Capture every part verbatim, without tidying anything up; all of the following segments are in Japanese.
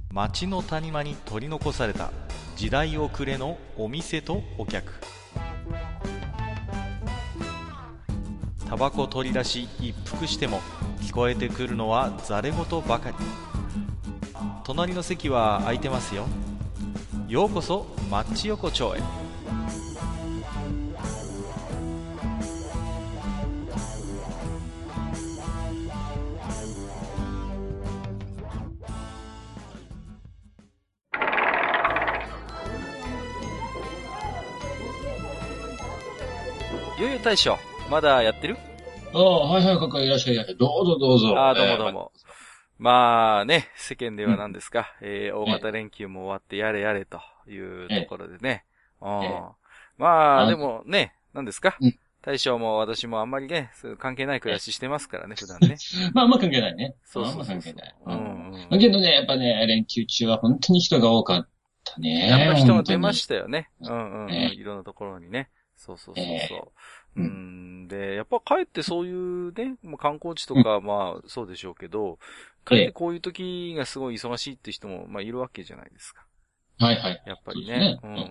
町の谷間に取り残された時代遅れのお店とお客。タバコ取り出し一服しても聞こえてくるのはざれ言ばかり。隣の席は空いてますよ。ようこそマッチ横丁へ。ゆうゆう大将、まだやってる？ ああ、はいはい、かかいらっしゃい。いらっしゃい。どうぞどうぞ。 ああ、どうもどうも。えー、まあね、世間では何ですか、うん、えー、大型連休も終わってやれやれというところでね。えー、えー、まあ、でもね、何ですか、うん、大将も私もあんまりね、関係ない暮らししてますからね、普段ね。 まあ、あんま関係ないね。 そうそうそう。 あんま関係ない。 うん、 うん。けどね、やっぱね、連休中は本当に人が多かったね。 やっぱ人が出ましたよね。うんうん、えー、いろんなところにね。そうそうそうそう。えーうん、で、やっぱ帰ってそういうね、観光地とか、うん、まあそうでしょうけど、帰ってこういう時がすごい忙しいって人も、まあいるわけじゃないですか。 はいはい。 やっぱりね。うねうんうんうん。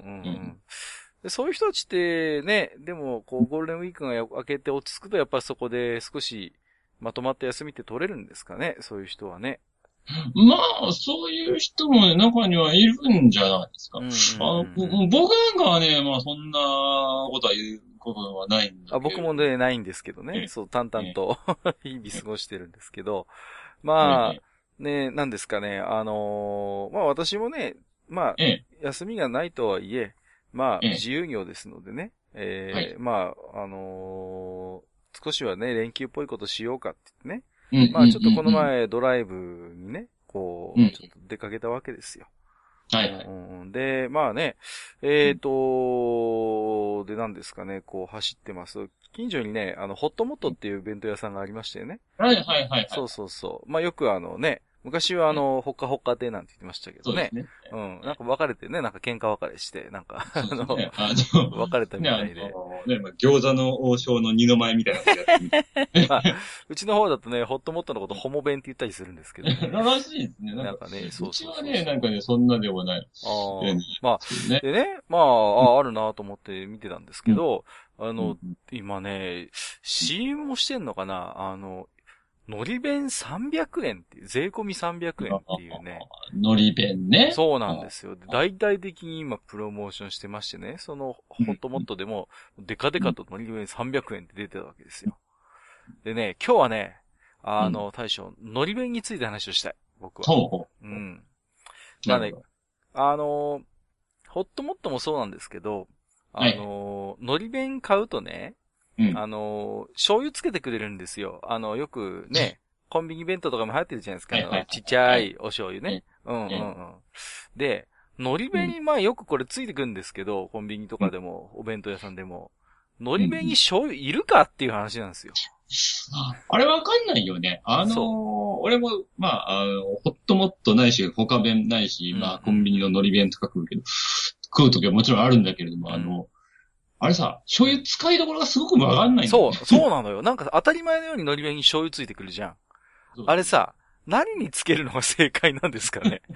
でそういう人たちってね、でもこうゴールデンウィークが明けて落ち着くとやっぱそこで少しまとまった休みって取れるんですかね、そういう人はね。 まあ、そういう人も、ね、中にはいるんじゃないですか。うんうんうんうん、あ僕なんかはね、まあそんなことは言うことはないんだけど。 あ僕もね、ないんですけどね。そう、淡々と日々過ごしてるんですけど。まあ、ね、なんですかね。あのー、まあ私もね、まあ、休みがないとはいえ、まあ、自由業ですのでね。えー、まあ、あのー、少しはね、連休っぽいことしようかって言ってね。まあちょっとこの前ドライブにね、こう、ちょっと出かけたわけですよ。 はいはい。 うん、で、まあね、えっと、で何ですかね、こう走ってます。近所にね、あの、ホットモットっていう弁当屋さんがありましてね。 はいはいはいはい。 そうそうそう。まあよくあのね、昔はあの、ほっかほっか亭なんて言ってましたけどね。 そうですね。 うん。なんか別れてね、なんか喧嘩別れして、なんか、あの、別れたみたいで。 ね、ね、まあ、餃子の王将の二の舞みたいなまあ、うちの方だとね、ホットモットのことホモ弁って言ったりするんですけどね。 らしいですね。 なんかね、そうそうそう。 うちはね、なんかね、そんなでもない。 ああ、まあ、でね、まあ、あ、あるなと思って見てたんですけど、あの、今ね、シーエム もしてんのかなあの、のり弁さんびゃくえんっていう、税込みさんびゃくえんっていうね。 のり弁ね。 そうなんですよ。大々的に今プロモーションしてましてね、そのホットモットでもデカデカとのり弁さんびゃくえんって出てたわけですよ。でね、今日はね、あの、大将、のり弁について話をしたい。僕は。 ほう。 うん。まあね、あの、ホットモットもそうなんですけど、あの、のり弁買うとね、うん、あの、醤油つけてくれるんですよ。あの、よくね、コンビニ弁当とかも流行ってるじゃないですか。あの、ちっちゃいお醤油ね。うんうんうん。で、のり弁にまあよくこれついてくるんですけど、コンビニとかでも、お弁当屋さんでも、のり弁に醤油いるかっていう話なんですよ。 あれわかんないよね。あのー、俺も、まあ、あの、ホットモットないし、他弁ないし、まあ、コンビニののり弁とか食うけど、食うときはもちろんあるんだけれども、あの、あれさ、醤油使いどころがすごくわかんないんだよね。 そう、そうなのよ。なんか当たり前のようにのり弁に醤油ついてくるじゃん。あれさ、何につけるのが正解なんですかね。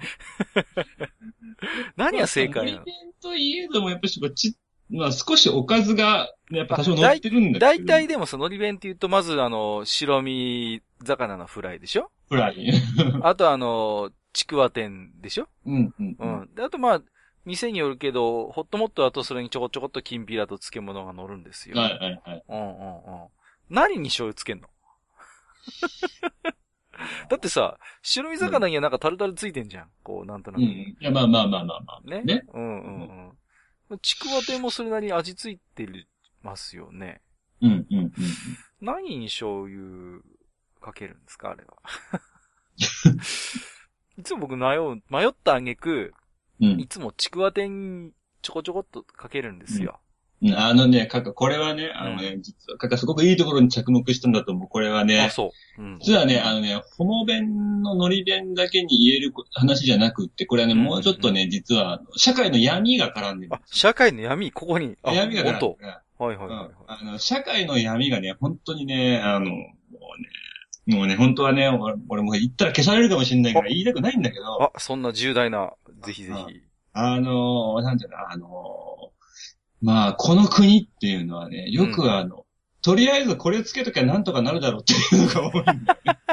何が正解なの？ のり弁といえども、やっぱりち、まあ少しおかずが、やっぱ多少乗ってるんだけど。 大体でもそののり弁って言うと、まずあの、白身魚のフライでしょ？ フライ。 あとあの、ちくわ天でしょ？ うんうん、 うん。うん。で、あとまあ、店によるけど、ホットモットだとそれにちょこちょこっときんぴらと漬物が乗るんですよ。 はいはいはい。 うんうんうん。何に醤油つけんの？だってさ、白身魚にはなんかタルタルついてんじゃん。こう、なんとなく。うん。いや、まあまあまあまあまあ。 ね。ね。うんうんうん。ちくわ天もそれなりに味ついてますよね。 うんうんうん。 何に醤油かけるんですかあれは。いつも僕迷う、迷った挙句、うん、いつもちくわ天ちょこちょこっとかけるんですよ。 うん、あのね、かか、これはね、あのね、うん、実は、かかすごくいいところに着目したんだと思う。これはね。 あ、そう。うん、 実はね、あのね、ホモ弁のノリ弁だけに言える話じゃなくって、これはね、うんうんうん、もうちょっとね、実は、社会の闇が絡んでるんですよ。 あ、社会の闇ここに。あ、 闇が絡んでる。 はいはいはい、はい、うん。 あの、社会の闇がね、本当にね、あの、もうね、 もうね、本当はね、俺俺も言ったら消されるかもしれないから言いたくないんだけど。 あ、そんな重大な、ぜひぜひ。 あのー、なんていうの、あのー、まあ、この国っていうのはね、よくあの、うん、とりあえずこれつけときゃなんとかなるだろうっていうのが多いんだよね。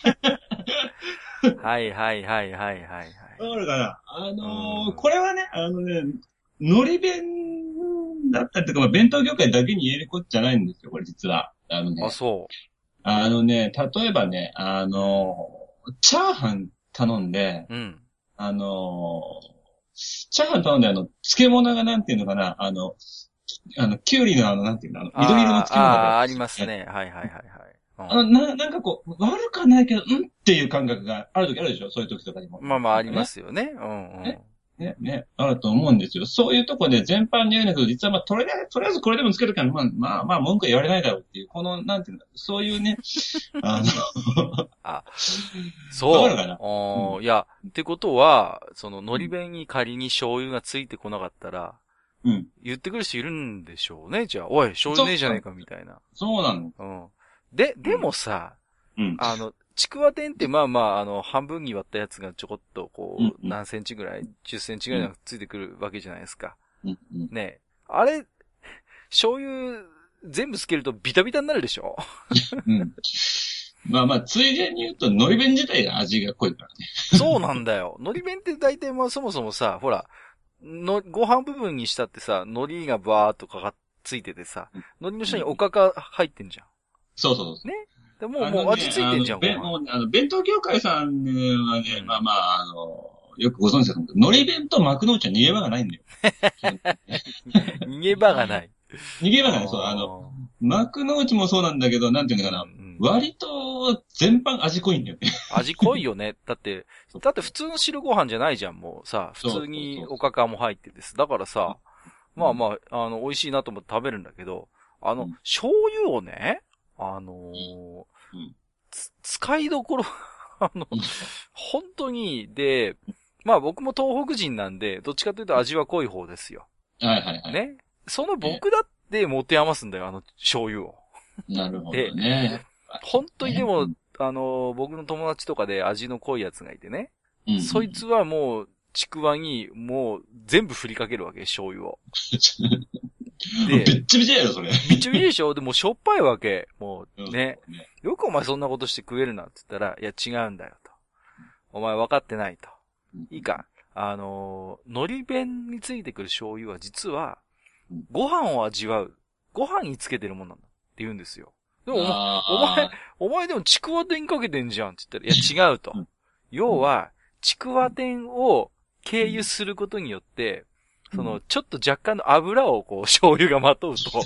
はいはいはいはいはい、はい。 わかるかなあのー、これはね、あのね、のり弁だったりとか、まあ、弁当業界だけに言えることじゃないんですよ、これ実は。あのね。 あ、そう。 あのね、例えばね、あのー、チャーハン頼んで、 うん。 あのー、チャーハン頼んで、あの、漬物がなんていうのかな、あの、あの、キュウリのあの、なんていうの、あの、緑色の漬物がああ、ありますね。はいはいはいはい。 うん、あの、な、なんかこう、悪くはないけど、うんっていう感覚がある時あるでしょそういう時とかにも。 まあまあありますよね。うんうん。 ねね、ね、あると思うんですよ。そういうとこで全般に言うんだけど、実はまあ、とりあえず、とりあえずこれでもつけるから、まあ、まあ、まあ、文句は言われないだろうっていう、この、なんていうの、そういうね、あのあ、そう。 わかるかな、 うん、いや、ってことは、その、海苔弁に仮に醤油がついてこなかったら、うん。言ってくる人いるんでしょうね。じゃあ、おい、醤油ねえじゃねえか、みたいな。 そうなの。 うん。で、でもさ、うん、あの、ちくわ天ってまあまあ、あの、半分に割ったやつがちょこっと、こう、うんうん、何センチぐらい ?じゅっ センチぐらいがついてくるわけじゃないですか。うんうん、ねえ。あれ、醤油、全部つけるとビタビタになるでしょうん。 まあまあ、ついでに言うと、海苔弁自体が味が濃いからね。 そうなんだよ。海苔弁って大体まあそもそもさ、ほら、の、ご飯部分にしたってさ、海苔がバーっとかかついててさ、海苔の下におかか入ってんじゃん。 そうそうそう。 ね。でもう、もう味ついてんじゃん、ご飯。 もうあの弁当業界さんはね、うん、まあまあ、あの、よくご存知だと思うけど、海苔弁と幕の内は逃げ場がないんだよ。 逃げ場がない。 逃げ場がない。そう、あの、幕の内もそうなんだけど、なんていうのかな。うん、割と全般味濃いんだよね。 味濃いよね。だって、だって普通の白ご飯じゃないじゃん、もうさ、普通におかかも入ってです。だからさ、まあまあ、あの、美味しいなと思って食べるんだけど、あの、うん、醤油をね、あのーうん、使いどころ、あの、本当に、で、まあ僕も東北人なんで、どっちかというと味は濃い方ですよ。 はいはいはい。 ね。その僕だって持て余すんだよ、あの醤油を。 なるほどね。 本当にでも、あの、僕の友達とかで味の濃いやつがいてね。うんうん、そいつはもう、ちくわに、もう、全部振りかけるわけ、醤油を。 で、べっちびちやろ、それ。 べっちびちでしょでもしょっぱいわけ。もうね、うん、ね。よくお前そんなことして食えるなって言ったら、いや違うんだよと。お前分かってないと。いいか。あの、海苔弁についてくる醤油は実は、ご飯を味わう。ご飯につけてるもんなんだって言うんですよ。でもお前、お前、お前でもちくわ天かけてんじゃんって言ったら、いや違うと。うん、要は、ちくわ天を経由することによって、その、ちょっと若干の油をこう、醤油がまとうと。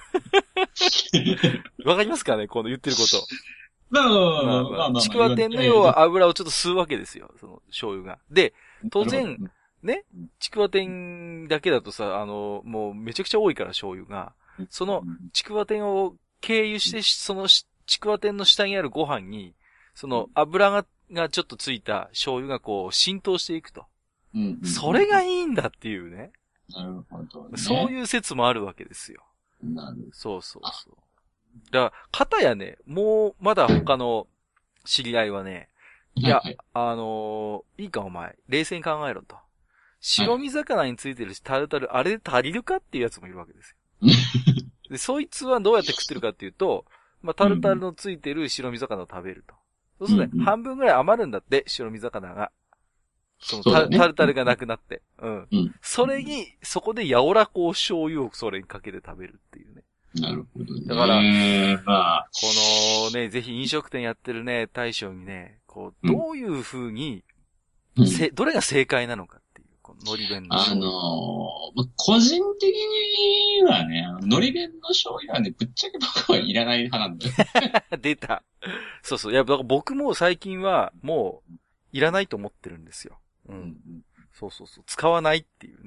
わかりますかねこの言ってること。 まあまあまあまあまあ。 ちくわ天の要は油をちょっと吸うわけですよ。その、醤油が。で、当然、ね、ちくわ天だけだとさ、あの、もうめちゃくちゃ多いから醤油が。その、ちくわ天を経由して、その、ちくわ天の下にあるご飯に、その、油が、がちょっとついた醤油がこう、浸透していくと。それがいいんだっていうね。 なるほど、ね。 そういう説もあるわけですよ。 なるほど。 そうそうそう。だから、かたやね、もう、まだ他の知り合いはね、いや、はいはい、あのー、いいかお前、冷静に考えろと。白身魚についてるタルタル、あれで足りるかっていうやつもいるわけですよ。で、そいつはどうやって食ってるかっていうと、まあ、タルタルのついてる白身魚を食べると。そうするとね、うんうん、半分ぐらい余るんだって、白身魚が。そのタ、ね、タルタルがなくなって。うん。うん、それに、そこで柔らこう醤油をそれにかけて食べるっていうね。 なるほどね。 だから、 まあ、 このね、ぜひ飲食店やってるね、大将にね、こう、どういう風に、うん、せ、どれが正解なのかっていう、この海苔弁の醤油。あのー、個人的にはね、海苔弁の醤油はね、ぶっちゃけ僕はいらない派なんだよ。 出た。そうそう。いや、だから僕も最近は、もう、いらないと思ってるんですよ。うん。うん、そうそうそう。使わないっていうね。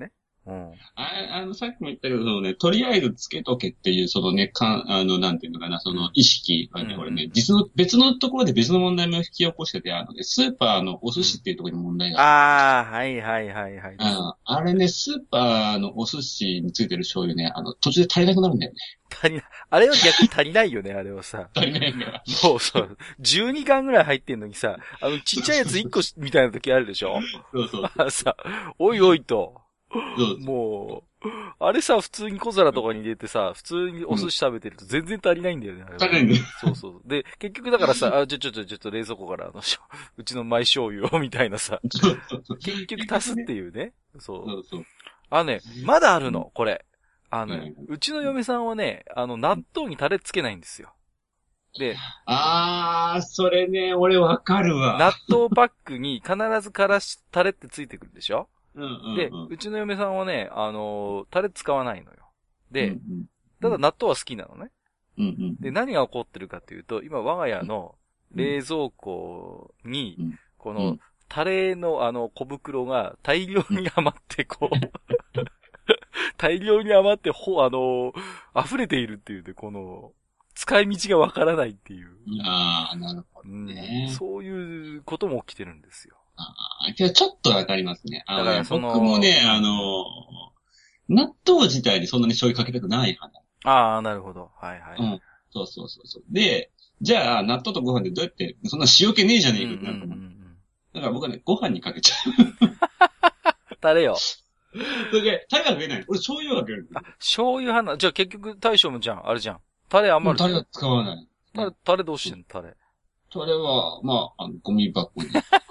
うん。 ああの、さっきも言ったけど、そのね、とりあえずつけとけっていう、そのね、かあの、なんていうのかな、その意識はね、 うん、 これね、実の、別のところで別の問題も引き起こしてて、あのね、スーパーのお寿司っていうところに問題うん、 がある。 ああ、はいはいはいはい。 ああれね、スーパーのお寿司についてる醤油ね、あの、途中で足りなくなるんだよね。 足りない。あれは逆に足りないよね、あれはさ。 足りないから。 もうさ、じゅうにかんぐらい入ってんのにさ、あの、ちっちゃいやついっこみたいな時あるでしょ。 そうそうあさ、おいおいと。 そうもう、あれさ、普通に小皿とかに入れてさ、普通にお寿司食べてると全然足りないんだよね、あれは。 足りないんだよ。 そうそう。で、結局だからさ、あ、ちょちょちょちょっと冷蔵庫からあの、うちのマイ醤油を、みたいなさ。 そうそうそう結局足すっていうね。そう。 そうそう。 あのね、まだあるの、これ。あの、 はい、 うちの嫁さんはね、あの、納豆にタレつけないんですよ。で、 あー、それね、俺わかるわ。 納豆パックに必ずからし、タレってついてくるでしょ。 うんうんうん、 で、うちの嫁さんはね、あのー、タレ使わないのよ。で、 うんうん、 ただ納豆は好きなのね。 うんうん、 で、何が起こってるかというと、今我が家の冷蔵庫に、この、タレのあの小袋が大量に余ってこう、大量に余ってほ、あのー、溢れているっていうね、この、使い道がわからないっていう。 ああ、なるほどね、 うん。そういうことも起きてるんですよ。 ああ、けどちょっとわかりますね。あのね、 だからその、 僕もね、あの、納豆自体にそんなに醤油かけたくない派ああ、なるほど。はいはい。 うん。そうそうそうそう。で、じゃあ、納豆とご飯でどうやって、そんな塩気ねえじゃねえかってなると思う。だから僕はね、ご飯にかけちゃう。タレよ。 それで、タレがかけない。俺醤油をかける。 あ、醤油派な。じゃあ結局大将もじゃん。あれじゃん。タレ余る。 タレは使わない。 タレ、タレどうしてんのタレ。 タレは、まあ、あの、ゴミ箱に。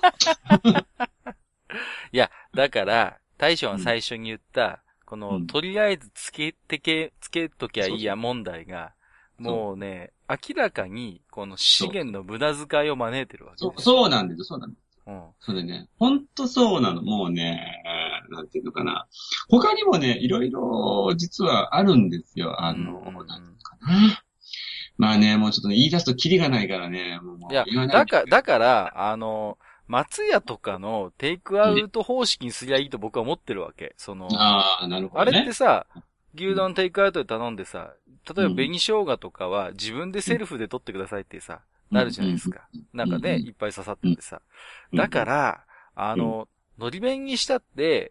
いや、だから、大将が最初に言った、この、うん、とりあえずつけてけ、つけときゃいいや問題が、もうね、明らかに、この資源の無駄遣いを招いてるわけです。 そう、そうなんですよ、そうなんです。うん。それね、ほんとそうなの。もうね、なんていうのかな。他にもね、いろいろ実はあるんですよ。あの、うん、なんていうのかな。まあね、もうちょっとね、言い出すとキリがないからね。もういや、だから、だから、あの、松屋とかのテイクアウト方式にすりゃいいと僕は思ってるわけ。その、 ああ、なるほど、ね。 あれってさ、牛丼テイクアウトで頼んでさ、例えば紅生姜とかは自分でセルフで取ってくださいってさ、うん、なるじゃないですか。なんかね、いっぱい刺さっててさ。だから、あの、海苔弁にしたって、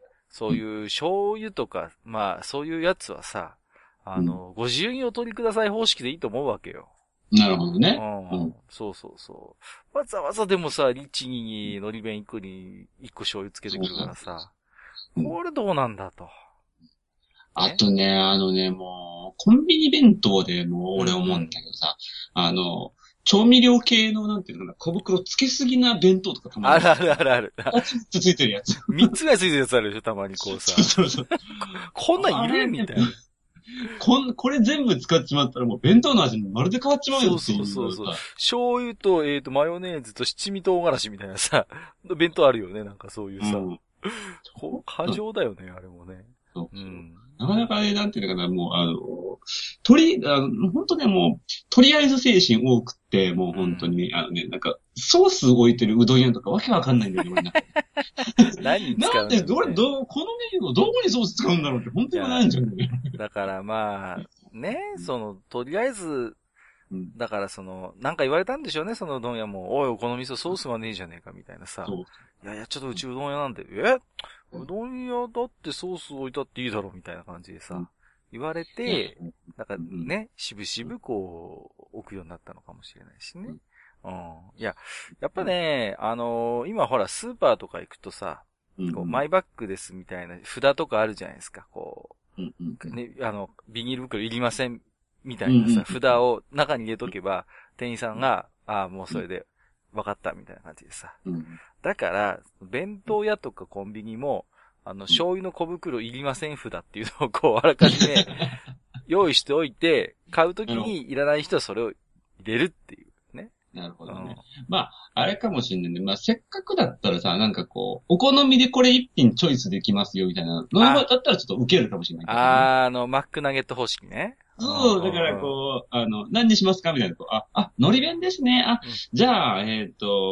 そういう醤油とか、まあ、そういうやつはさ、あの、ご自由にお取りください方式でいいと思うわけよ。 なるほどね。 うん。そうそうそう。わざわざでもさ、リッチに海苔弁一個に一個醤油つけてくるからさ、これどうなんだと。 あとね、あのね、もう、コンビニ弁当でもう俺思うんだけどさ、うん、あの、調味料系のなんていうのかな、小袋つけすぎな弁当とかたまに。あるあるあるある。 二つついてるやつ。 三つぐらいついてるやつあるでしょ、たまにこうさ。 そうそう。 こんなんいるみたいな。 こん、これ全部使っちまったらもう弁当の味まるで変わっちまうよっていう。 そうそうそうそう。醤油と、えっ、ー、と、マヨネーズと七味唐辛子みたいなさ、弁当あるよね、なんかそういうさ。うん、過剰だよね、あれもね。 そうそう、うん。なかなかね、なんていうのかな、もう、あの、とり、あの、本当ね、もう、とりあえず精神多くって、もう本当に、うん、あのね、なんか、ソース置いてるうどん屋とかわけわかんないんだよね、 何に使うんだろう、ね、 なんで、どれ、ど、このメニューをどこにソース使うんだろうって本当に悩んじゃうんだよね。 だからまあ、ね、その、とりあえず、だからその、なんか言われたんでしょうね、そのうどん屋も。おい、この味噌ソースがねえじゃねえか、みたいなさ。いやいや、ちょっとうちうどん屋なんで、えうどん屋だってソース置いたっていいだろ、みたいな感じでさ、うん、言われて、なんかね、しぶしぶこう、置くようになったのかもしれないしね。うん。いや、やっぱね、あのー、今ほら、スーパーとか行くとさ、こうマイバッグですみたいな札とかあるじゃないですか、こう。ね、あの、ビニール袋いりません、みたいなさ、札を中に入れとけば、店員さんが、ああ、もうそれで、分かった、みたいな感じでさ。だから、弁当屋とかコンビニも、あの、醤油の小袋いりません札っていうのをこう、あらかじめ、用意しておいて、買うときにいらない人はそれを入れるっていうね。 なるほどね。うん、まあ、あれかもしれないね。まあ、せっかくだったらさ、なんかこう、お好みでこれ一品チョイスできますよ、みたいなのだったらちょっと受けるかもしれないけど、ね。 あー、あの、マックナゲット方式ね。 そう、だからこう、あの、何にしますかみたいな。あ、あ、海苔弁ですね。あ、うん、じゃあ、えっ、ー、と、まあ、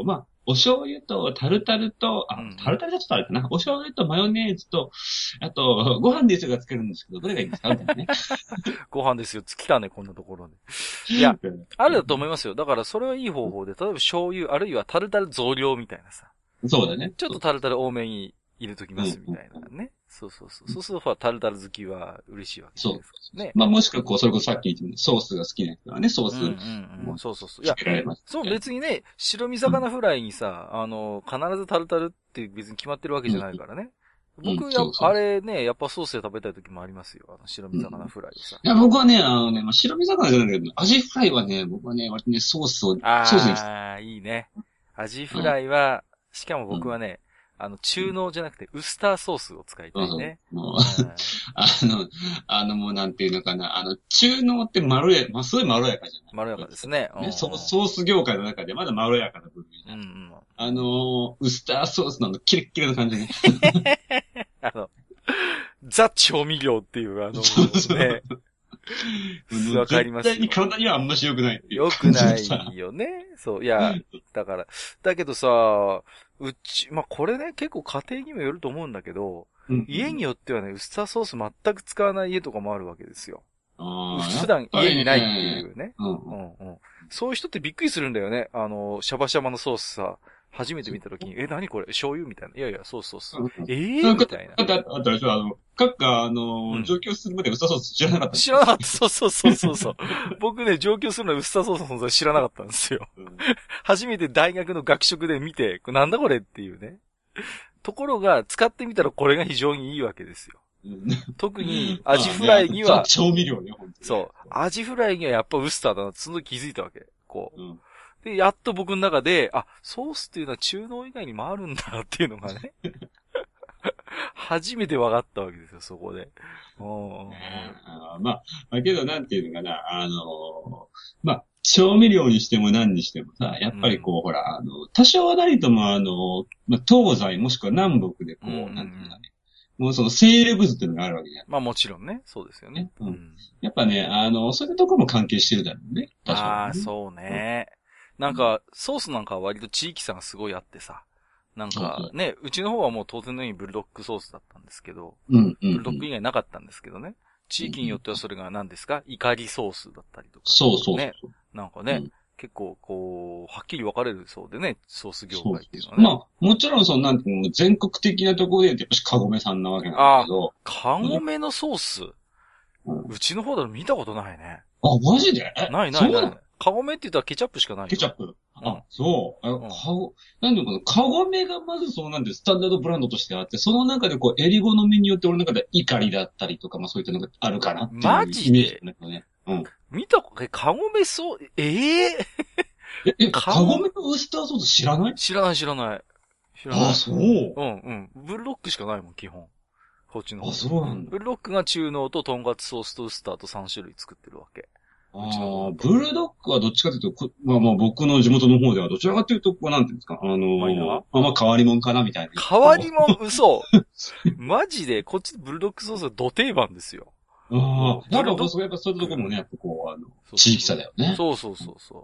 お醤油とタルタルと、あ、うん、タルタルだとあれかな。お醤油とマヨネーズと、あと、ご飯ですよがつけるんですけど、どれがいいんですかみたいなね。 ご飯ですよ。来たね、こんなところで。いや、あるだと思いますよ。だからそれはいい方法で、例えば醤油、あるいはタルタル増量みたいなさ。 そうだね。 ちょっとタルタル多めに入れときますみたいなね。うんうん、そうそうそう。そうすると、タルタル好きは嬉しいわけです。 そう。ね。まあもしくはこう、それこそさっき言ったソースが好きな人はね、ソース。うんうんうん。そうそうそう。いや、そう別にね、白身魚フライにさ、あの、必ずタルタルって別に決まってるわけじゃないからね。うん、僕や、うん、あれね、やっぱソースで食べたい時もありますよ。あの、白身魚フライをさ。 うん、いや、僕はね、あのね、まあ、白身魚じゃないけど、アジフライはね、僕はね、割とね、ソースを、ソースに。 ああ、いいね。アジフライは、うん、しかも僕はね、あの、中濃じゃなくて、ウスターソースを使いたいね。 うん、もう、うん、あの、あの、もうなんていうのかな、あの、中濃ってまろや、まあ、すごいまろやかじゃない。 まろやかですね。 ね、ソース業界の中でまだまろやかな部分じゃん。うんうん、あの、ウスターソースのキレッキレな感じね。 あの、ザ調味料っていう、あの、ね。わかりますよ。 絶対に体にはあんまし良くないっていう。 良くないよね。そう。いや、だから、だけどさ、うち、まあ、これね、結構家庭にもよると思うんだけど、うん、家によってはね、ウスターソース全く使わない家とかもあるわけですよ。普段家にないっていうね。うんうんうん、そういう人ってびっくりするんだよね。あの、シャバシャバのソースさ、初めて見たときに、え、何これ醤油みたいな。いやいや、ソースソース。えーみたいな。 なんか、あったでしょあの、各家、あの、上京するまでウスターソース知らなかった。 知らなかった。そうそうそうそうそう。僕ね、上京するのはウスターソースの存在知らなかったんですよ。初めて大学の学食で見て、なんだこれっていうね。ところが、使ってみたらこれが非常にいいわけですよ。特に、アジフライには、 調味料ね、本当に。 そう。アジフライにはやっぱウスターだなって、その時気づいたわけ。こう。うん、で、やっと僕の中で、あ、ソースっていうのは中濃以外にもあるんだっていうのがね。初めて分かったわけですよ、そこで。 おあまあ、まあけどなんていうのかな、あのー、まあ、調味料にしても何にしてもさ、やっぱりこう、うん、ほら、あの、多少はなりともあの、まあ、東西もしくは南北でこう、うん、なんていうかね、もうその勢力図っていうのがあるわけじゃん。 まあもちろんね。そうですよね。 うん。やっぱね、あの、そういうところも関係してるだろうね。 確かに、ね。ああ、そうね。うん、なんか、ソースなんかは割と地域差がすごいあってさ。なんかね、うちの方はもう当然のようにブルドックソースだったんですけど、うんうんうん、ブルドック以外なかったんですけどね。地域によってはそれが何ですか、怒りソースだったりとか、ね。 そうそうそう。 なんかね、うん、結構こう、はっきり分かれるそうでね、ソース業界っていうのはね。そうそうそうまあ、もちろんそのなんていうの、全国的なところでやっぱしカゴメさんなわけなんだけど。 あ、カゴメのソース、うん、うちの方だと見たことないね。 あ、マジでないないない。カゴメって言ったらケチャップしかないよ。 ケチャップ。あ、そう。あ、うん、かご、なんでかな、カゴメがまずそのなんでスタンダードブランドとしてあって、その中でこう、エリゴのメによって俺の中で怒りだったりとか、まあそういったのがあるかなっていうイメージ、ね。マジでね。うん。 見たこと、カゴメそう、ええー、え、え、カゴメのウスターソース知らない知らない知らない。知らない。 あ、そう。うんうん。ブルドックしかないもん、基本。こっちの方。 あ、そうなんだ。 ブルドックが中濃とトンカツソースとウスターとさん種類作ってるわけ。 ああ、ブルドックはどっちかというと、まあまあ僕の地元の方ではどちらかというと、こうなんていうんですか、あのー、あまあ変わりもんかなみたいな。 変わりもん嘘マジで、こっちブルドックソースはド定番ですよ。 ああ、なんかそうやっぱそういうところもね、やっぱこう、あの、地域差だよね。 そうそうそうそう。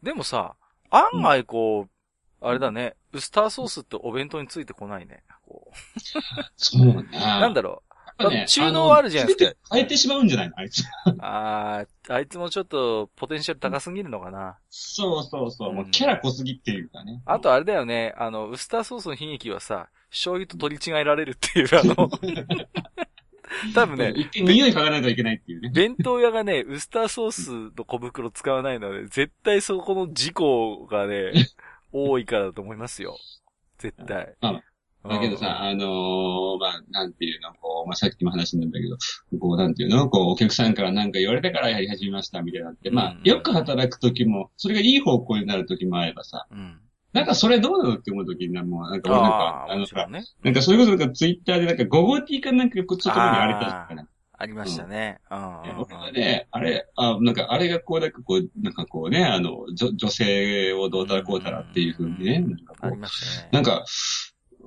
でもさ、案外こう、あれだね、ウスターソースってお弁当についてこないね。こうそうね。 なんだろう。ね、中濃あるじゃないですか。 変えてしまうんじゃないのあいつ。 ああ、あいつもちょっとポテンシャル高すぎるのかな。 そうそうそう。うん、もうキャラ濃すぎっていうかね。 あとあれだよね。あの、ウスターソースの悲劇はさ、醤油と取り違えられるっていう、あの、多分ね、 一見匂い嗅がないといけないっていうね。 弁当屋がね、ウスターソースの小袋使わないので、絶対そこの事故がね、多いからだと思いますよ。絶対。 あだけどさ、あのー、まあ、なんていうの、こう、まあ、さっきも話なんだけど、こう、なんていうの、こう、お客さんからなんか言われたからやり始めましたみたいなって、まあ、よく働く時も、それがいい方向になる時もあればさ、うん、なんかそれどうなのって思う時にな、もう、なんか俺なんか、あ, あのさ、ね、なんかそれこそなんかツイッターでなんか ご号 T かなんかちょっと時にあれたじゃん。 ありましたね。うん。 僕はね、あれ、あ、なんか、あれがこう、なんかこう、なんかこうね、あの、女、女性をどうたらこうたらっていう風にね、なんかこう、 ありましたね。 なんか、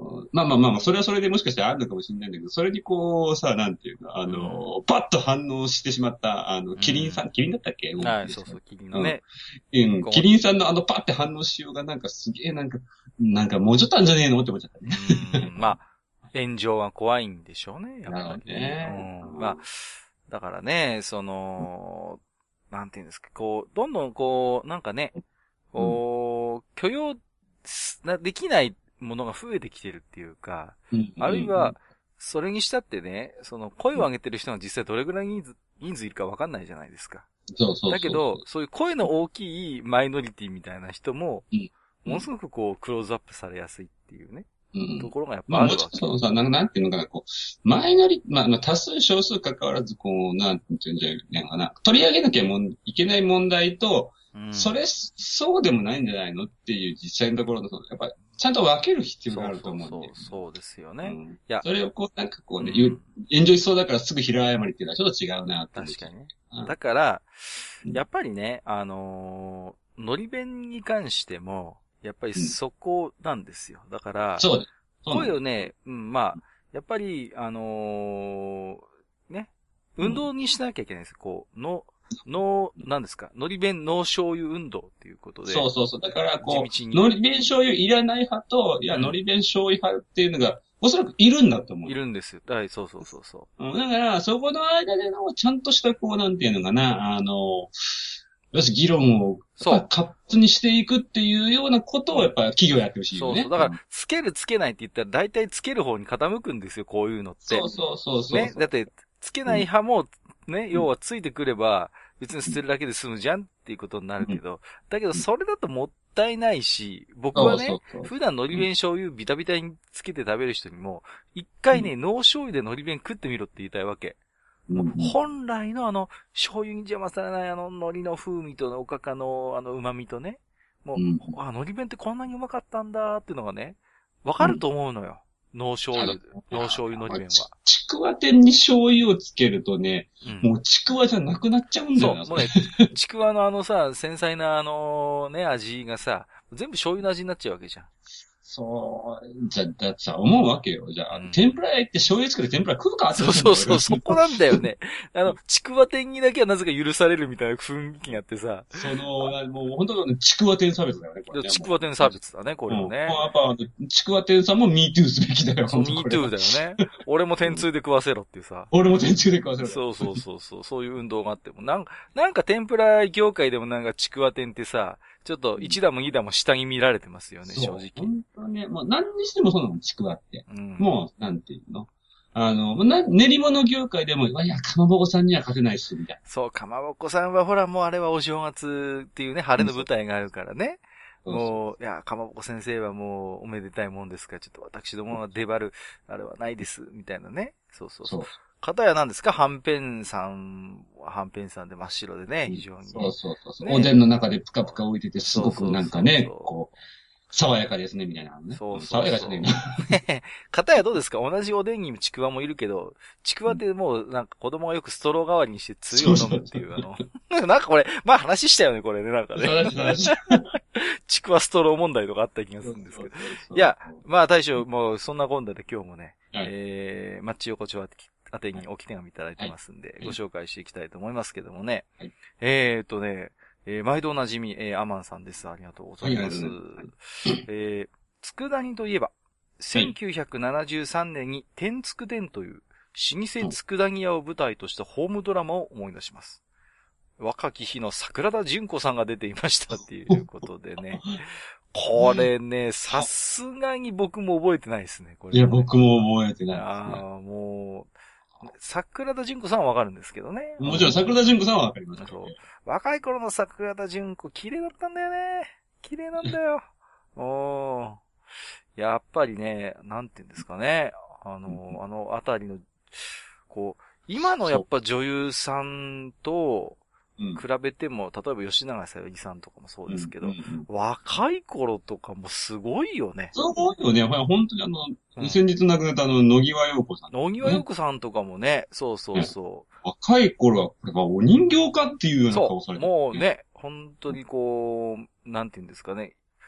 まあまあまあまあ、それはそれでもしかしたらあるのかもしれないんだけど、それにこう、さ、なんていうの、あの、うん、パッと反応してしまった、あの、キリンさん、うん、キリンだったっけ？ はい、そうそう、キリンのね。 うん、キリンさんのあのパッて反応しようがなんかすげえなんか、なんかもうちょっとあるんじゃねえのって思っちゃったね。 うん、まあ、炎上は怖いんでしょうね、やっぱりね。 うん。まあ、だからね、その、なんていうんですか、こう、どんどんこう、なんかね、こう、許容できないものが増えてきてるっていうか、うん、あるいは、それにしたってね、その声を上げてる人が実際どれぐらい人数、人数いるかわかんないじゃないですか。 そうそうそう。 だけど、そういう声の大きいマイノリティみたいな人も、うん、ものすごくこう、クローズアップされやすいっていうね。うん、ところがやっぱあるわけ。まあ、もちろんさ、なんなんていうのかな、こう、マイノリ、まあ、まあ、多数少数関わらず、こう、なんていうんじゃないかな、取り上げなきゃもんいけない問題と、うん、それ、そうでもないんじゃないのっていう実際のところの、やっぱり、ちゃんと分ける必要があると思うんで。 そうそうそう、そうですよね。うん、いや、それをこう、なんかこうね、うん、炎上しそうだからすぐ平謝りっていうのはちょっと違うなって。 確かにね。うん、だから、やっぱりね、あのー、のり弁に関しても、やっぱりそこなんですよ。だから、 そうです。 声をね、うん、まあ、やっぱり、あのー、ね、運動にしなきゃいけないんです。こう、の、の、なんですか、のり弁ノー醤油運動っていうことで。 そうそうそう。だから、こう、のり弁醤油いらない派と、いや、のり弁醤油派っていうのが、おそらくいるんだと思う。 いるんですよ。はい、そうそうそうそう。うん、だから、そこの間での、ちゃんとした、こう、なんていうのかな、あの、よし、議論を、そう。活発にしていくっていうようなことを、やっぱ企業やってほしいよね。 そうそう。だから、つけるつけないって言ったら、大体つける方に傾くんですよ、こういうのって。 そうそうそうそう。 ね。だって、つけない派も、ね、うん、要はついてくれば、別に捨てるだけで済むじゃんっていうことになるけど、うん、だけど、それだともったいないし、僕はね、そうそうそう普段海苔弁醤油ビタビタにつけて食べる人にも、一回ね、うん、ノー醤油で海苔弁食ってみろって言いたいわけ。もう本来のあの、醤油に邪魔されないあの海苔の風味とおかかのあの旨味とね、もう、うん、あ、海苔弁ってこんなにうまかったんだっていうのがね、わかると思うのよ。うん、ノー醤油、ノー醤油海苔弁は。 ちくわ天に醤油をつけるとね、うん、もうちくわじゃなくなっちゃうんだよな。 そう、もうね、ちくわのあのさ、繊細なあのね、味がさ、全部醤油の味になっちゃうわけじゃん。 そう、じゃ、だってさ、思うわけよ。じゃあ、うん、天ぷら屋行って醤油つけて天ぷら食うかってそうそうそう、そこなんだよね。あの、ちくわ天にだけはなぜか許されるみたいな雰囲気があってさ。 その、もう本当にちくわ天差別だよね、これ、ね。 ちくわ天差別だね、これもね。うん、 やっぱ、ちくわ天さんも ミートゥー すべきだよ。 そう、ミートゥー だよね。俺も天通で食わせろっていうさ。 俺も天通で食わせろ。 そうそうそうそう、そういう運動があっても。なんか、なんか天ぷら業界でもなんかちくわ天ってさ、ちょっと一段も二段も下に見られてますよね、正直。 本当ね、もう何にしてもそうなの、ちくわって。うん、もう、なんていうのあの、な、練り物業界でも、いや、かまぼこさんには勝てないっす、みたいな。 そう、かまぼこさんはほら、もうあれはお正月っていうね、晴れの舞台があるからね。そうそうもう、いや、かまぼこ先生はもうおめでたいもんですから、ちょっと私どもは出張る、あれはないです、みたいなね。そうそうそう。そう片や何ですかはんぺんさんははんぺんさんで真っ白でね、非常に。 そうそうそう。ね、おでんの中でプカプカ置いてて、すごくなんかね、そうそうそうこう、爽やかですね、みたいなね。そうそうそう。爽やかじゃねえな。 片やどうですか同じおでんにもちくわもいるけど、ちくわってもうなんか子供がよくストロー代わりにしてつゆを飲むっていう、あの、なんかこれ、まあ話したよね、これね、なんかね。ちくわストロー問題とかあった気がするんですけど。いや、まあ大将、もうそんな今度で今日もね、はい、えー、マッチ横丁は宛てに置き手紙いただいてますんで、はい、ご紹介していきたいと思いますけどもね。はい、えーとね、えー、毎度おなじみ、えー、アマンさんです。ありがとうございます。はい、えー、佃煮といえば、せんきゅうひゃくななじゅうさんねんに天佃伝という老舗佃煮屋を舞台としたホームドラマを思い出します。若き日の桜田淳子さんが出ていましたっていうことでね。これね、さすがに僕も覚えてないですね、これ、ね。 いや、僕も覚えてないですね。 ああ、もう、桜田淳子さんはわかるんですけどね。 もちろん桜田淳子さんはわかります、ね。そう。 若い頃の桜田淳子、綺麗だったんだよね。綺麗なんだよ。おー。やっぱりね、なんて言うんですかね。あの、あのあたりの、こう、今のやっぱ女優さんと、比べても、例えば吉永小百合さんとかもそうですけど、うんうんうん、若い頃とかもすごいよね。 すごいよね。本当にあの、うん、先日亡くなったあの、野際陽子さん、 ね。野際陽子さんとかもね、そうそうそう。 ね、若い頃は、これはお人形かっていうような顔されてる、ね。そう、もうね、本当にこう、なんて言うんですかね。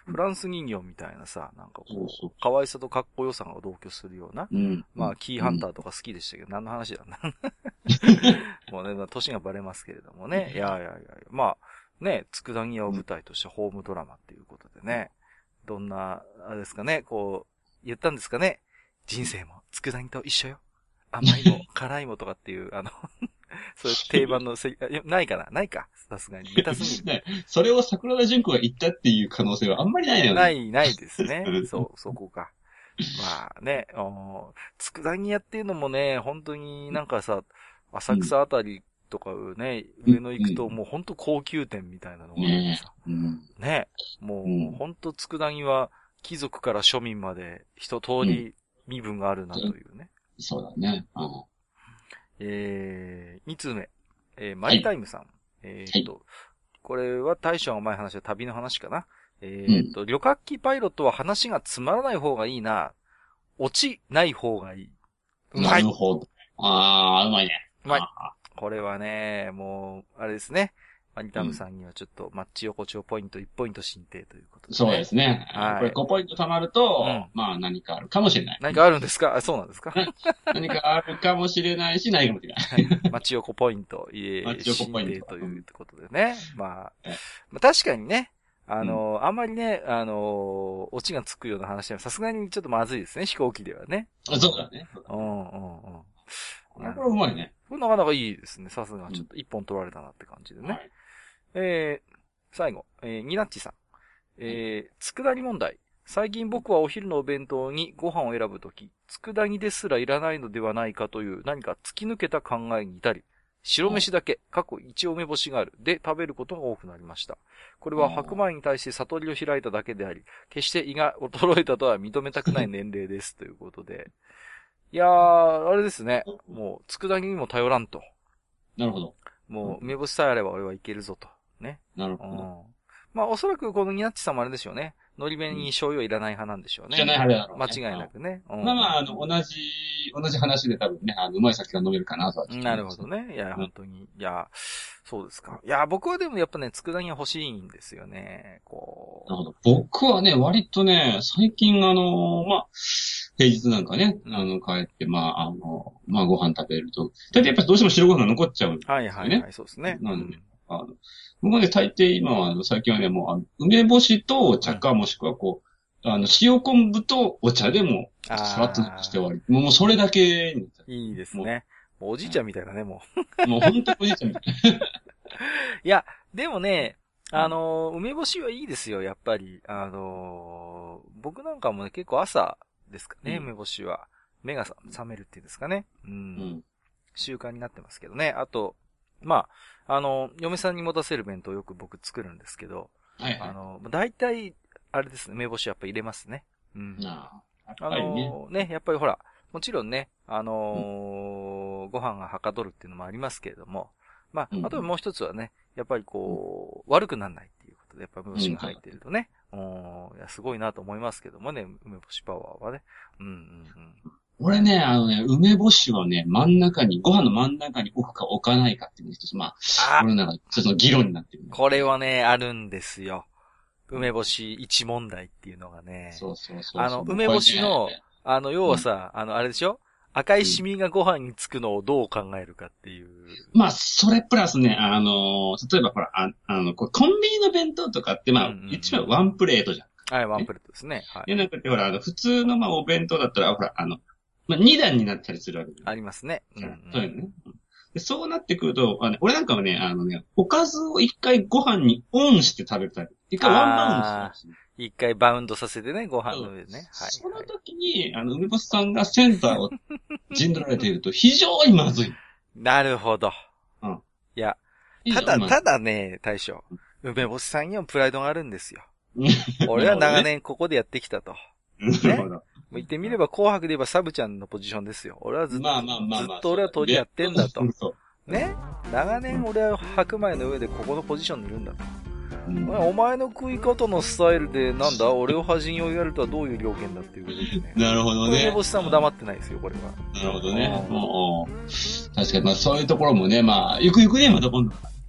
フランス人形みたいなさ、なんかこう、 そうそう可愛さとかっこよさが同居するような。 うん、 まあ、キーハンターとか好きでしたけど、うん、何の話だな。もうね、年がバレますけれどもね。いやいやいやいや、まあ、ね、佃煮屋を舞台としたホームドラマっていうことでね、どんな、あれですかね、こう、言ったんですかね。人生も佃煮と一緒よ。甘いも辛いもとかっていう、あの、そういう定番のせ、ないかなないか。さすがに。ベタすぎる。 それを桜田淳子が言ったっていう可能性はあんまりないのよね。 ない、ないですね。そう、そこか。まあね、佃煮屋っていうのもね、本当になんかさ、浅草あたりとかね、うん、上野行くともう本当高級店みたいなのがあってさ。うん、ね、もう本当佃煮は貴族から庶民まで一通り身分があるなというね。 うん、そうだね。うん、 えー、二通目。えー、マイタイムさん。はい、えー、っと、はい、これは大将が前話した旅の話かな。えー、っと、うん、旅客機パイロットは話がつまらない方がいいな。オチない方がいい。 うまい。なるほど。あー、うまいね。 うまい。これはね、もう、あれですね。マニタムさんにはちょっと、マッチ横丁ポイントいちポイント進呈ということで、ね。 そうですね。はい。これごポイント貯まると、うん、まあ何かあるかもしれない。 何かあるんですか？あ、そうなんですか？ 何かあるかもしれないし、ないかもしれない。 マッチ横ポイント、いえ、 マッチ横ポイントということでね。まあ、まあ、確かにね、あの、うん、あんまりね、あの、オチがつくような話はさすがにちょっとまずいですね、飛行機ではね。 あ、そうだね。 うんうんうん。 これうまいね。 これなかなかいいですね。さすがちょっと一本取られたなって感じでね。はい、えー、最後、えー、ニナッチさん。えー、佃煮問題。最近僕はお昼のお弁当にご飯を選ぶとき、佃煮ですらいらないのではないかという何か突き抜けた考えに至り、白飯だけ、過去一応梅干しがある、で食べることが多くなりました。これは白米に対して悟りを開いただけであり、決して胃が衰えたとは認めたくない年齢です。ということで。いやー、あれですね。もう、佃煮にも頼らんと。 なるほど。 もう、梅干しさえあれば俺はいけるぞと。ね。 なるほど。うん、 まあ、おそらくこのニナッチさんもあれでしょうね。海苔弁に醤油はいらない派なんでしょうね。 いらない派だろう、 ね。間違いなくね。 うん、まあまあ、あの、同じ、同じ話で多分ね、あの、うまい酒が飲めるかなとは。 なるほどね。いや、本当に。いや、そうですか。いや、僕はでもやっぱね、佃煮は欲しいんですよね。こう。なるほど。僕はね、割とね、最近あの、まあ、平日なんかね、あの、帰って、まあ、あの、まあ、ご飯食べると、だいたいやっぱりどうしても白ご飯が残っちゃうんですよね。 はいはいはい、そうですね。 なんで、あの、僕はね、大抵今は、あの、最近はね、もう、あの梅干しとお茶か、うん、もしくはこう、あの、塩昆布とお茶でも、さらっとして終わり。もうそれだけに。 いいですね。もうおじいちゃんみたいだね、もう。もう本当におじいちゃんみたい。 いや、でもね、あの、梅干しはいいですよ、やっぱり。あの、僕なんかもね、結構朝ですかね、うん、梅干しは。目が覚めるっていうんですかね。うん。うん、習慣になってますけどね。あと、まあ、あの、嫁さんに持たせる弁当をよく僕作るんですけど、 はいはい、 あの、大体、あれですね、梅干しやっぱ入れますね。うん。 ああのね、やっぱりほら、もちろんね、あのーうん、ご飯がはかどるっていうのもありますけれども、まあ、あともう一つはね、やっぱりこう、うん、悪くならないっていうことで、やっぱ梅干しが入ってるとね、うん、いやすごいなと思いますけどもね、梅干しパワーはね。うんうんうん。 俺ね、あのね、梅干しはね、真ん中に、ご飯の真ん中に置くか置かないかっていうの一つ、まあ、俺の中でちょっと議論になってる、ね。 これはね、あるんですよ。梅干し一問題っていうのがね。 そうそうそう。 あの、梅干しの、ね、あの、要はさ、うん、あの、あれでしょ赤いシミがご飯につくのをどう考えるかっていう。 うん、まあ、それプラスね、あの、例えばほら、あ, あの、コンビニの弁当とかって、まあ、うんうんうん、一番ワンプレートじゃん。 はい、ワンプレートですね。はい。 で、なんかほら、あの、普通のまあ、お弁当だったら、ほら、あの、まあ、二段になったりするわけありますね。 うん、うん。そういうのね。でそうなってくると、あの俺なんかはね、あのね、おかずを一回ご飯にオンして食べるタイプ。一回ワンバウンドするんですね。 一回バウンドさせてね、ご飯の上でね。はい。 その時に、あの、梅干しさんがセンターを陣取られていると非常にまずい。 なるほど。 うん。 いや、ただ、ただね、大将。梅干しさんにはプライドがあるんですよ。俺は長年ここでやってきたと。 なるほど。 言ってみれば紅白で言えばサブちゃんのポジションですよ。俺はずっと、 まあまあまあまあ、 ずっと俺は鳥やってんだと。 そうね。長年俺は白米の上でここのポジションにいるんだと。うん、お前の食い方のスタイルでなんだ俺を端に追いやるとはどういう了見だっていうことでね。 なるほどね。 梅干しさんも黙ってないですよ、これは。 なるほどね。もう確かにまあそういうところもね、まあ、ゆくゆくね、また今度。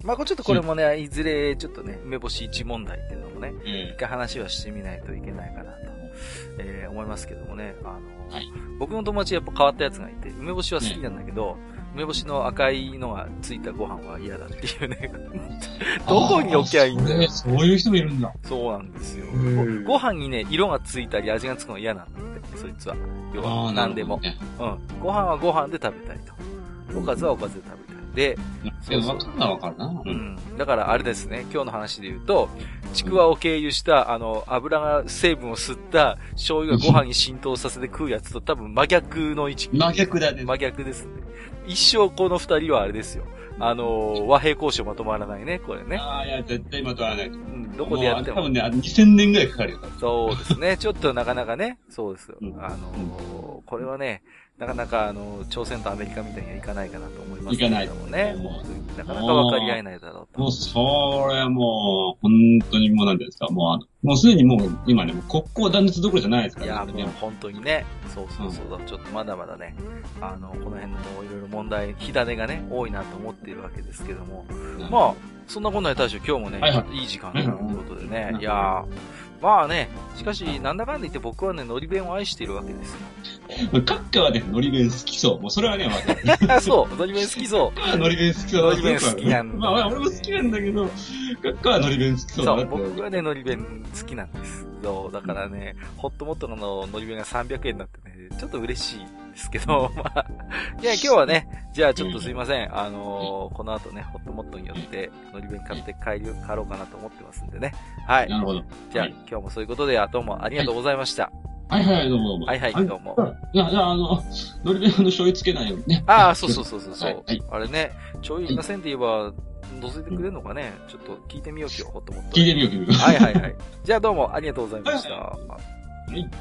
まあ、ちょっとこれもね、いずれ、ちょっとね、梅干し一問題っていうのもね、うん、一回話はしてみないといけないかなと、えー、思いますけどもね、あの、はい、僕の友達やっぱ変わったやつがいて、梅干しは好きなんだけど、ね、梅干しの赤いのがついたご飯は嫌だっていうね。どこに置きゃいいんだよ。 そういう人もいるんだ。 そうなんですよ。ご, ご飯にね、色がついたり味がつくの嫌なんだって、そいつは。要は、何でも、ね。うん。ご飯はご飯で食べたいと。おかずはおかずで食べたい。で、 そうそう。わかるなわかるな。 うん。だからあれですね、今日の話で言うと、ちくわを経由した、あの、油が成分を吸った醤油がご飯に浸透させて食うやつと多分真逆の位置。 真逆だね。 真逆ですね。一生この二人はあれですよ。あの、和平交渉まとまらないね、これね。 ああ、いや、絶対まとまらない。うん、どこでやっても。 多分ね、にせんねんぐらいかかるよ。 そうですね。ちょっとなかなかね、そうですよ。うん、あの、うん、これはね、なかなかあの、朝鮮とアメリカみたいにはいかないかなと思いますけれどもね。なかなか分かり合えないだろうと。 もう、それはもう、本当にもうなんていうんですか、もうあの、もうすでにもう、今ね、もう国交断絶どころじゃないですからね。いや、もう本当にね、そうそうそう、うん、ちょっとまだまだね、あの、この辺のもういろいろ問題、火種がね、多いなと思っているわけですけども、うん、まあ、そんなこんなに対して今日もね、はいはい、いい時間ということでね、うん、いやー、まあね、しかし、なんだかんだ言って僕はね、のり弁を愛しているわけですよ。 カッカはね、のり弁好きそう。もうそれはね、わかる。そう、のり弁好きそう。 のり弁好きそう。 のり弁好きなんだ。 まあ、俺も好きなんだけど、カッカはのり弁好きそうだそう、僕はね、のり弁好きなんです。そう、だからね、ホットモットののり弁がさんびゃくえんになってね、ちょっと嬉しいですけど、まあ、いや、今日はね、じゃあちょっとすいません。あのー、この後ね、ホットモットによって、のり弁買って帰り、帰ろうかなと思ってますんでね。はい。 なるほど。 じゃあ、はい、今日もそういうことで、どうもありがとうございました。 はいはい、どうもどうも。 はいはい、どうも。 いや、じゃあ、あの、のり弁の醤油つけないようにね。 ああ、そうそうそうそう。はいはい、あれね、醤油いませんって言えば、乗せてくれるのかね、うん、ちょっと聞いてみよう、今日、ホットモット。 聞いてみよう、聞いてみよう。 はいはいはい。じゃあどうもありがとうございました。はいはいはい。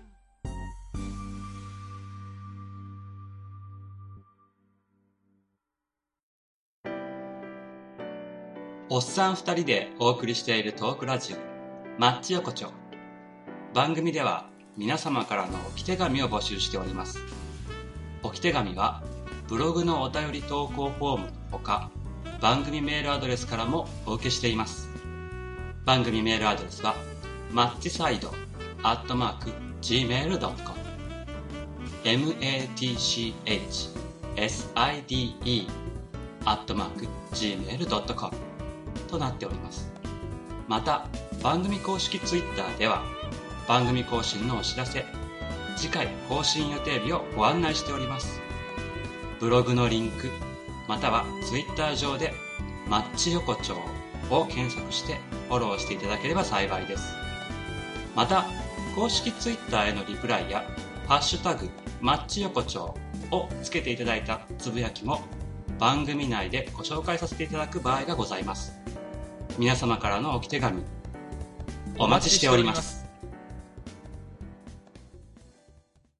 おっさん二人でお送りしているトークラジオ、マッチ横丁。番組では皆様からの置き手紙を募集しております。置き手紙はブログのお便り投稿フォームのほか、番組メールアドレスからもお受けしています。番組メールアドレスはマッチサイドアットマーク ジーメールドットコム マッチサイド アットマーク ジーメールドットコム となっております。また番組公式ツイッターでは番組更新のお知らせ、次回更新予定日をご案内しております。ブログのリンクまたはツイッター上でマッチ横丁を検索してフォローしていただければ幸いです。また公式ツイッターへのリプライやハッシュタグマッチ横丁をつけていただいたつぶやきも番組内でご紹介させていただく場合がございます。皆様からの置き手紙お待ちしております。